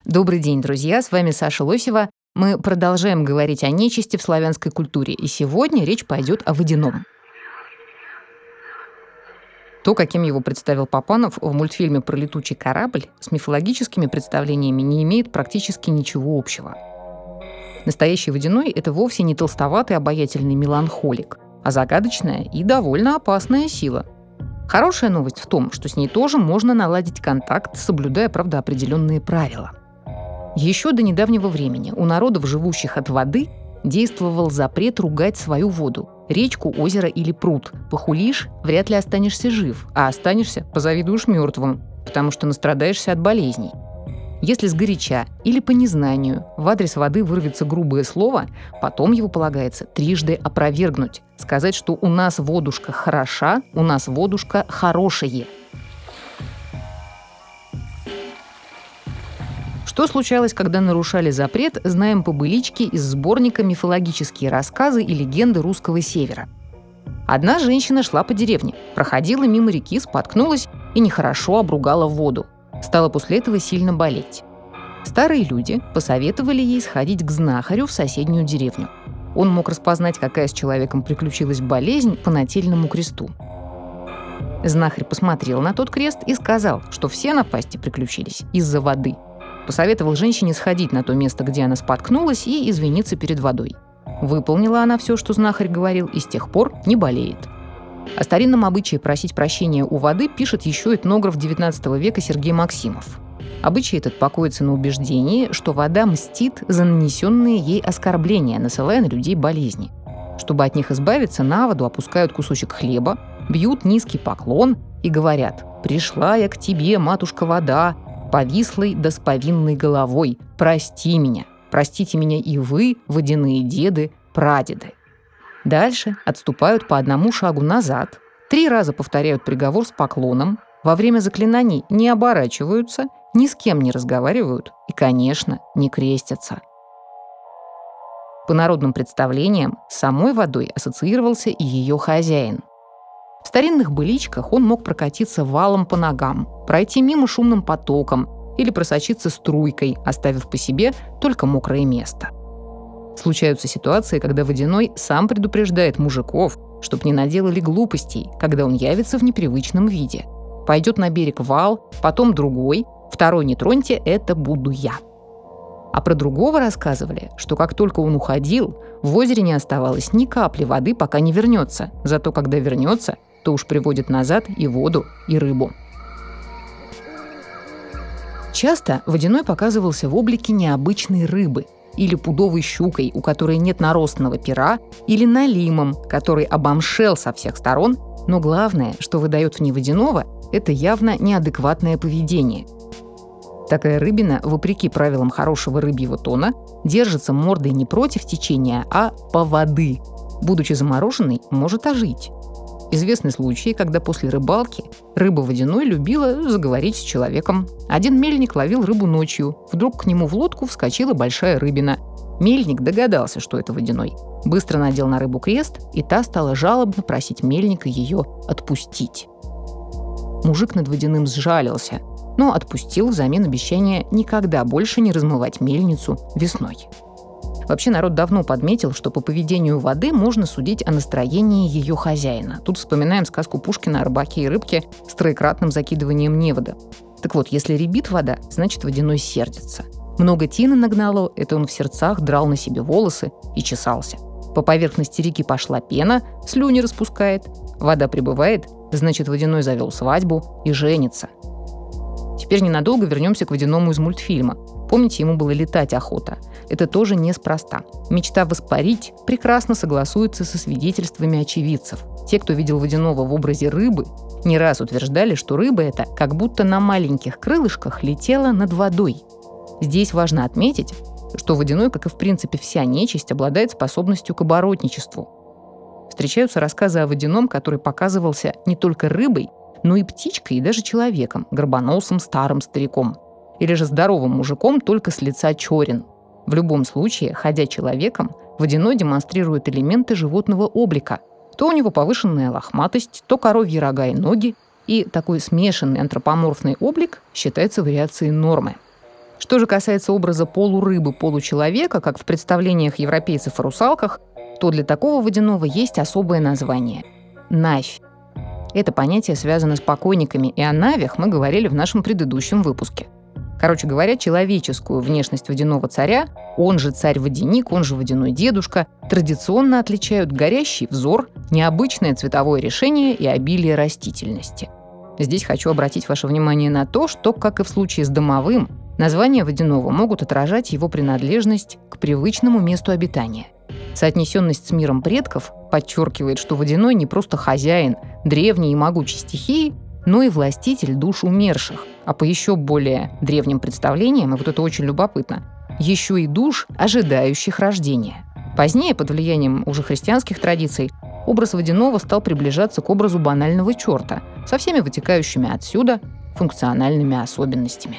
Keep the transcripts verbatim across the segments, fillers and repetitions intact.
Добрый день, друзья! С вами Саша Лосева. Мы продолжаем говорить о нечисти в славянской культуре, и сегодня речь пойдет о водяном. То, каким его представил Папанов в мультфильме про летучий корабль, с мифологическими представлениями не имеет практически ничего общего. Настоящий водяной — это вовсе не толстоватый обаятельный меланхолик, а загадочная и довольно опасная сила. Хорошая новость в том, что с ней тоже можно наладить контакт, соблюдая, правда, определенные правила. Еще до недавнего времени у народов, живущих от воды, действовал запрет ругать свою воду – речку, озеро или пруд. Похулишь – вряд ли останешься жив, а останешься – позавидуешь мертвым, потому что настрадаешься от болезней. Если сгоряча или по незнанию в адрес воды вырвется грубое слово, потом его полагается трижды опровергнуть, сказать, что у нас водушка хороша, у нас водушка хорошее. Что случалось, когда нарушали запрет, знаем по быличке из сборника «Мифологические рассказы и легенды русского севера». Одна женщина шла по деревне, проходила мимо реки, споткнулась и нехорошо обругала воду. Стала после этого сильно болеть. Старые люди посоветовали ей сходить к знахарю в соседнюю деревню. Он мог распознать, какая с человеком приключилась болезнь, по нательному кресту. Знахарь посмотрел на тот крест и сказал, что все напасти приключились из-за воды. Посоветовал женщине сходить на то место, где она споткнулась, и извиниться перед водой. Выполнила она все, что знахарь говорил, и с тех пор не болеет. О старинном обычае просить прощения у воды пишет еще этнограф девятнадцатого века Сергей Максимов. Обычай этот покоится на убеждении, что вода мстит за нанесенные ей оскорбления, насылая на людей болезни. Чтобы от них избавиться, на воду опускают кусочек хлеба, бьют низкий поклон и говорят: «Пришла я к тебе, матушка вода, повислой да с повинной головой, прости меня, простите меня и вы, водяные деды, прадеды». Дальше отступают по одному шагу назад, три раза повторяют приговор с поклоном, во время заклинаний не оборачиваются, ни с кем не разговаривают и, конечно, не крестятся. По народным представлениям, с самой водой ассоциировался и ее хозяин. В старинных быличках он мог прокатиться валом по ногам, пройти мимо шумным потоком или просочиться струйкой, оставив по себе только мокрое место. Случаются ситуации, когда водяной сам предупреждает мужиков, чтоб не наделали глупостей, когда он явится в непривычном виде. Пойдет на берег вал, потом другой, второй не троньте, это буду я. А про другого рассказывали, что как только он уходил, в озере не оставалось ни капли воды, пока не вернется, зато когда вернется, то уж приводит назад и воду, и рыбу. Часто водяной показывался в облике необычной рыбы или пудовой щукой, у которой нет наростного пера, или налимом, который обомшел со всех сторон, но главное, что выдает в ней водяного, это явно неадекватное поведение. Такая рыбина, вопреки правилам хорошего рыбьего тона, держится мордой не против течения, а по воды. Будучи замороженной, может ожить. Известны случаи, когда после рыбалки рыба водяной любила заговорить с человеком. Один мельник ловил рыбу ночью. Вдруг к нему в лодку вскочила большая рыбина. Мельник догадался, что это водяной. Быстро надел на рыбу крест, и та стала жалобно просить мельника ее отпустить. Мужик над водяным сжалился, но отпустил взамен обещания никогда больше не размывать мельницу весной. Вообще народ давно подметил, что по поведению воды можно судить о настроении ее хозяина. Тут вспоминаем сказку Пушкина о рыбаке и рыбке с троекратным закидыванием невода. Так вот, если рябит вода, значит водяной сердится. Много тины нагнало, это он в сердцах драл на себе волосы и чесался. По поверхности реки пошла пена, слюни распускает. Вода прибывает, значит водяной завел свадьбу и женится. Теперь ненадолго вернемся к водяному из мультфильма. Помните, ему было летать охота. Это тоже неспроста. Мечта воспарить прекрасно согласуется со свидетельствами очевидцев. Те, кто видел водяного в образе рыбы, не раз утверждали, что рыба эта как будто на маленьких крылышках летела над водой. Здесь важно отметить, что водяной, как и в принципе вся нечисть, обладает способностью к оборотничеству. Встречаются рассказы о водяном, который показывался не только рыбой, но и птичкой, и даже человеком, горбоносым старым стариком. Или же здоровым мужиком, только с лица черен. В любом случае, ходя человеком, водяной демонстрирует элементы животного облика. То у него повышенная лохматость, то коровьи рога и ноги, и такой смешанный антропоморфный облик считается вариацией нормы. Что же касается образа полурыбы, получеловека, как в представлениях европейцев о русалках, то для такого водяного есть особое название – навь. Это понятие связано с покойниками, и о навях мы говорили в нашем предыдущем выпуске. Короче говоря, человеческую внешность водяного царя, он же царь-водяник, он же водяной дедушка, традиционно отличают горящий взор, необычное цветовое решение и обилие растительности. Здесь хочу обратить ваше внимание на то, что, как и в случае с домовым, названия водяного могут отражать его принадлежность к привычному месту обитания. Соотнесенность с миром предков подчеркивает, что водяной не просто хозяин древней и могучей стихии, но и властитель душ умерших, а по еще более древним представлениям, и вот это очень любопытно, еще и душ, ожидающих рождения. Позднее, под влиянием уже христианских традиций, образ водяного стал приближаться к образу банального черта со всеми вытекающими отсюда функциональными особенностями.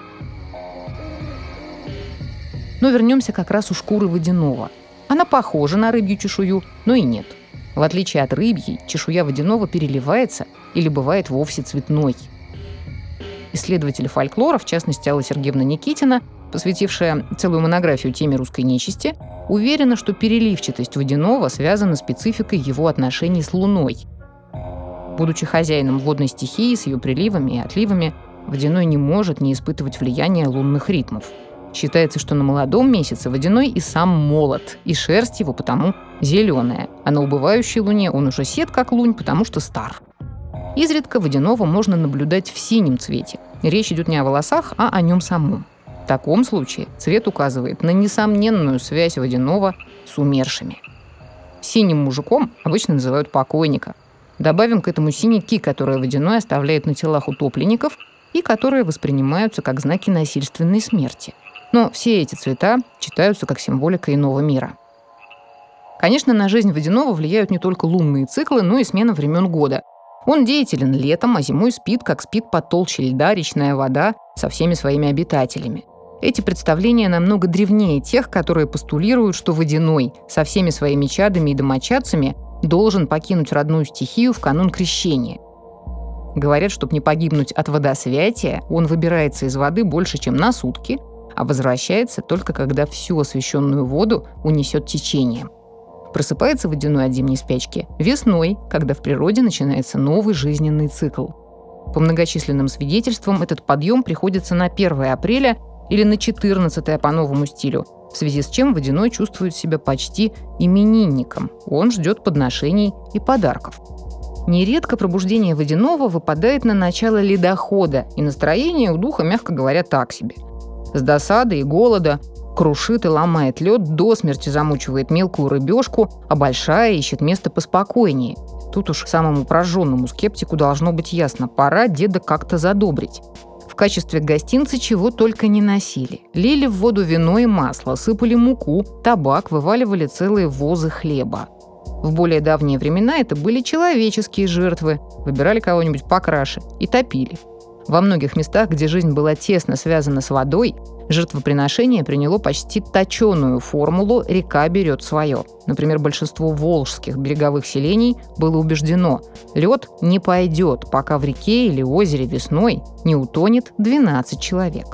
Но вернемся как раз у шкуры водяного. Она похожа на рыбью чешую, но и нет. В отличие от рыбьей, чешуя водяного переливается или бывает вовсе цветной. Исследователи фольклора, в частности Алла Сергеевна Никитина, посвятившая целую монографию теме русской нечисти, уверена, что переливчатость водяного связана с спецификой его отношений с Луной. Будучи хозяином водной стихии с ее приливами и отливами, водяной не может не испытывать влияния лунных ритмов. Считается, что на молодом месяце водяной и сам молод, и шерсть его потому зеленая, а на убывающей луне он уже сед как лунь, потому что стар. Изредка водяного можно наблюдать в синем цвете. Речь идет не о волосах, а о нем самом. В таком случае цвет указывает на несомненную связь водяного с умершими. Синим мужиком обычно называют покойника. Добавим к этому синяки, которые водяной оставляет на телах утопленников и которые воспринимаются как знаки насильственной смерти. Но все эти цвета читаются как символика иного мира. Конечно, на жизнь водяного влияют не только лунные циклы, но и смена времен года. Он деятелен летом, а зимой спит, как спит под толщей льда речная вода со всеми своими обитателями. Эти представления намного древнее тех, которые постулируют, что водяной со всеми своими чадами и домочадцами должен покинуть родную стихию в канун крещения. Говорят, чтобы не погибнуть от водосвятия, он выбирается из воды больше, чем на сутки, а возвращается только когда всю освященную воду унесет течением. Просыпается водяной от зимней спячки весной, когда в природе начинается новый жизненный цикл. По многочисленным свидетельствам, этот подъем приходится на первое апреля или на четырнадцатое по новому стилю, в связи с чем водяной чувствует себя почти именинником. Он ждет подношений и подарков. Нередко пробуждение водяного выпадает на начало ледохода, и настроение у духа, мягко говоря, так себе. С досады и голода крушит и ломает лед, до смерти замучивает мелкую рыбешку, а большая ищет место поспокойнее. Тут уж самому прожженному скептику должно быть ясно, пора деда как-то задобрить. В качестве гостинца чего только не носили. Лили в воду вино и масло, сыпали муку, табак, вываливали целые возы хлеба. В более давние времена это были человеческие жертвы, выбирали кого-нибудь покраше и топили. Во многих местах, где жизнь была тесно связана с водой, жертвоприношение приняло почти точеную формулу «река берет свое». Например, большинство волжских береговых селений было убеждено – лед не пойдет, пока в реке или озере весной не утонет двенадцать человек.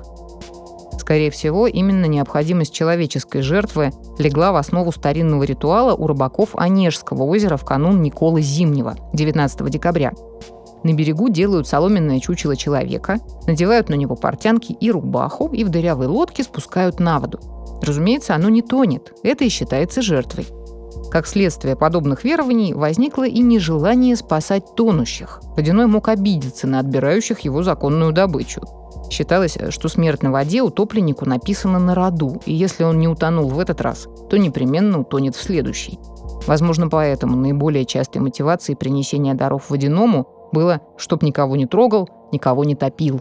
Скорее всего, именно необходимость человеческой жертвы легла в основу старинного ритуала у рыбаков Онежского озера в канун Николы Зимнего, девятнадцатого декабря. На берегу делают соломенное чучело человека, надевают на него портянки и рубаху и в дырявой лодке спускают на воду. Разумеется, оно не тонет, это и считается жертвой. Как следствие подобных верований возникло и нежелание спасать тонущих. Водяной мог обидеться на отбирающих его законную добычу. Считалось, что смерть на воде утопленнику написана на роду, и если он не утонул в этот раз, то непременно утонет в следующий. Возможно, поэтому наиболее частой мотивацией принесения даров водяному было, чтоб никого не трогал, никого не топил.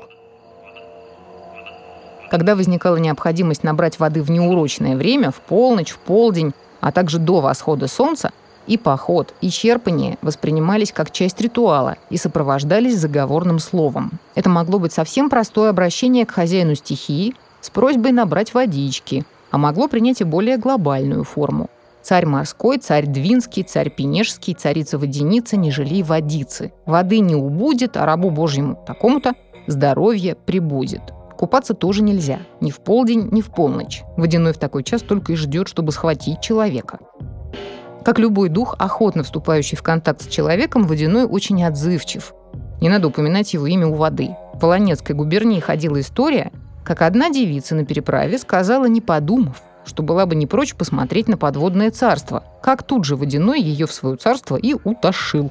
Когда возникала необходимость набрать воды в неурочное время, в полночь, в полдень, а также до восхода солнца, и поход, и черпание воспринимались как часть ритуала и сопровождались заговорным словом. Это могло быть совсем простое обращение к хозяину стихии с просьбой набрать водички, а могло принять и более глобальную форму. Царь морской, царь двинский, царь пенежский, царица-водяница, не жалей водицы. Воды не убудет, а рабу Божьему такому-то здоровье прибудет. Купаться тоже нельзя. Ни в полдень, ни в полночь. Водяной в такой час только и ждет, чтобы схватить человека. Как любой дух, охотно вступающий в контакт с человеком, водяной очень отзывчив. Не надо упоминать его имя у воды. В Волонецкой губернии ходила история, как одна девица на переправе сказала, не подумав, что была бы не прочь посмотреть на подводное царство, как тут же водяной ее в свое царство и утащил.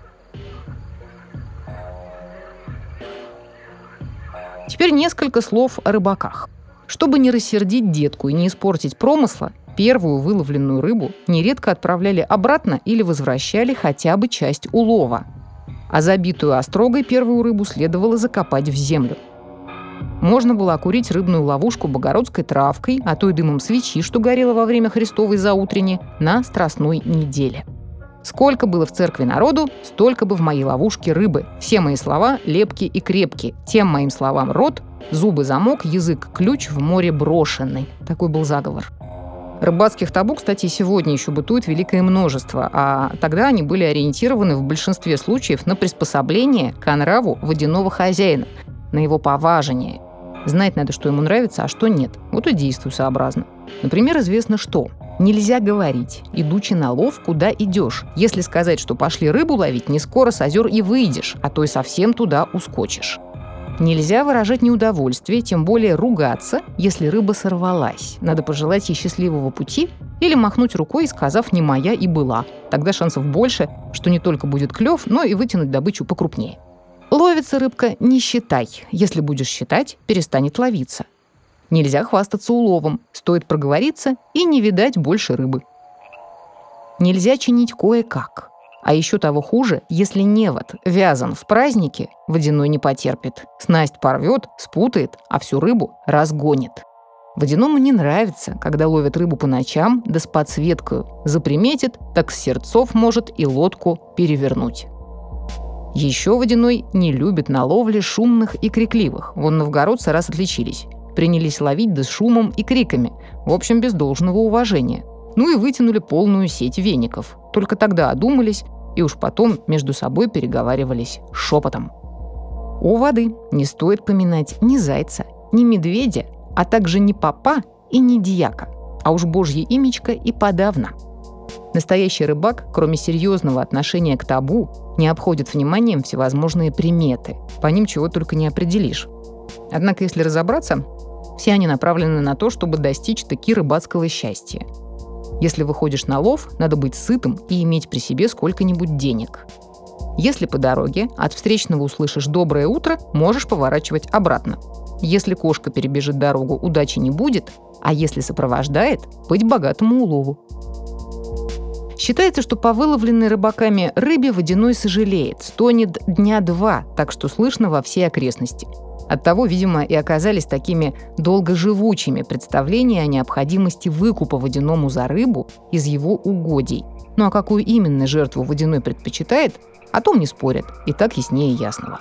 Теперь несколько слов о рыбаках. Чтобы не рассердить детку и не испортить промысла, первую выловленную рыбу нередко отправляли обратно или возвращали хотя бы часть улова. А забитую острогой первую рыбу следовало закопать в землю. Можно было окурить рыбную ловушку богородской травкой, а то и дымом свечи, что горело во время Христовой заутрени, на Страстной неделе. Сколько было в церкви народу, столько бы в моей ловушке рыбы. Все мои слова лепки и крепки. Тем моим словам рот, зубы замок, язык ключ, в море брошенный. Такой был заговор. Рыбацких табу, кстати, сегодня еще бытует великое множество, а тогда они были ориентированы в большинстве случаев на приспособление к нраву водяного хозяина, на его поважение. Знать надо, что ему нравится, а что нет. Вот и действуй сообразно. Например, известно, что нельзя говорить, идучи на лов, куда идешь. Если сказать, что пошли рыбу ловить, не скоро с озер и выйдешь, а то и совсем туда ускочишь. Нельзя выражать неудовольствие, тем более ругаться, если рыба сорвалась. Надо пожелать ей счастливого пути или махнуть рукой, сказав «не моя и была». Тогда шансов больше, что не только будет клев, но и вытянуть добычу покрупнее. Ловится рыбка — не считай. Если будешь считать, перестанет ловиться. Нельзя хвастаться уловом. Стоит проговориться и не видать больше рыбы. Нельзя чинить кое-как. А еще того хуже, если невод вязан в празднике, водяной не потерпит. Снасть порвет, спутает, а всю рыбу разгонит. Водяному не нравится, когда ловят рыбу по ночам, да с подсветкою. Заприметит, так с сердцов может и лодку перевернуть. Еще водяной не любит на ловле шумных и крикливых. Вон новгородцы раз отличились. Принялись ловить да с шумом и криками. В общем, без должного уважения. Ну и вытянули полную сеть веников. Только тогда одумались и уж потом между собой переговаривались шепотом. У воды не стоит поминать ни зайца, ни медведя, а также ни попа и ни дьяка, а уж божье имечко и подавно. Настоящий рыбак, кроме серьезного отношения к табу, не обходит вниманием всевозможные приметы. По ним чего только не определишь. Однако, если разобраться, все они направлены на то, чтобы достичь таки рыбацкого счастья. Если выходишь на лов, надо быть сытым и иметь при себе сколько-нибудь денег. Если по дороге от встречного услышишь «доброе утро», можешь поворачивать обратно. Если кошка перебежит дорогу, удачи не будет, а если сопровождает, быть богатому улову. Считается, что по выловленной рыбаками рыбе водяной сожалеет, стонет дня два, так что слышно во всей окрестности. Оттого, видимо, и оказались такими долгоживучими представления о необходимости выкупа водяному за рыбу из его угодий. Ну а какую именно жертву водяной предпочитает, о том не спорят, и так яснее ясного.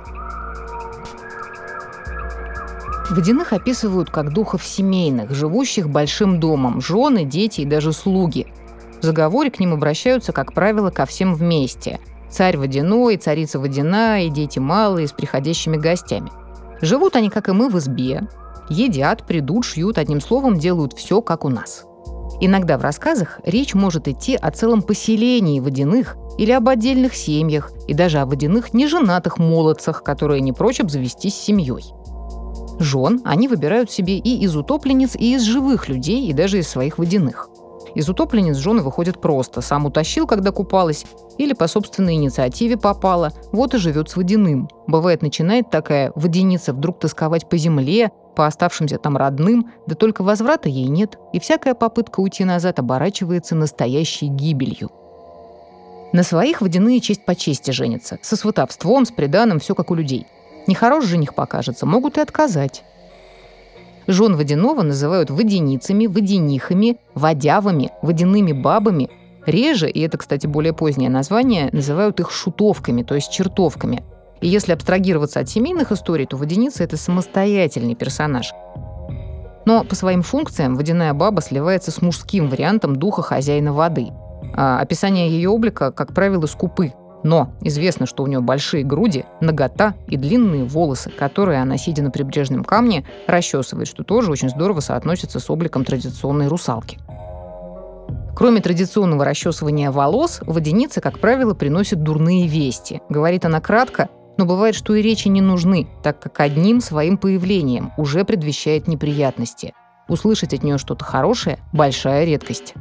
Водяных описывают как духов семейных, живущих большим домом, жены, дети и даже слуги. В заговоре к ним обращаются, как правило, ко всем вместе. Царь водяной, царица водяная, и дети малые с приходящими гостями. Живут они, как и мы, в избе. Едят, придут, шьют, одним словом, делают все, как у нас. Иногда в рассказах речь может идти о целом поселении водяных или об отдельных семьях, и даже о водяных неженатых молодцах, которые не прочь обзавестись семьей. Жен они выбирают себе и из утопленниц, и из живых людей, и даже из своих водяных. Из утопленниц жены выходят просто. Сам утащил, когда купалась, или по собственной инициативе попала, вот и живет с водяным. Бывает, начинает такая водяница вдруг тосковать по земле, по оставшимся там родным, да только возврата ей нет, и всякая попытка уйти назад оборачивается настоящей гибелью. На своих водяные честь по чести женятся, со сватовством, с приданым, все как у людей. Нехорош жених покажется, могут и отказать. Жен водяного называют водяницами, водянихами, водявами, водяными бабами. Реже, и это, кстати, более позднее название, называют их шутовками, то есть чертовками. И если абстрагироваться от семейных историй, то водяница — это самостоятельный персонаж. Но по своим функциям водяная баба сливается с мужским вариантом духа хозяина воды. А описание ее облика, как правило, скупы. Но известно, что у нее большие груди, нагота и длинные волосы, которые она, сидя на прибрежном камне, расчесывает, что тоже очень здорово соотносится с обликом традиционной русалки. Кроме традиционного расчесывания волос, водяница, как правило, приносит дурные вести. Говорит она кратко, но бывает, что и речи не нужны, так как одним своим появлением уже предвещает неприятности. Услышать от нее что-то хорошее – большая редкость.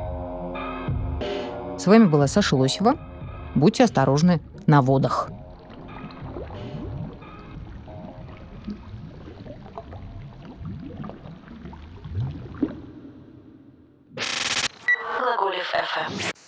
С вами была Саша Лосева. Будьте осторожны на водах. Глаголев эф эм.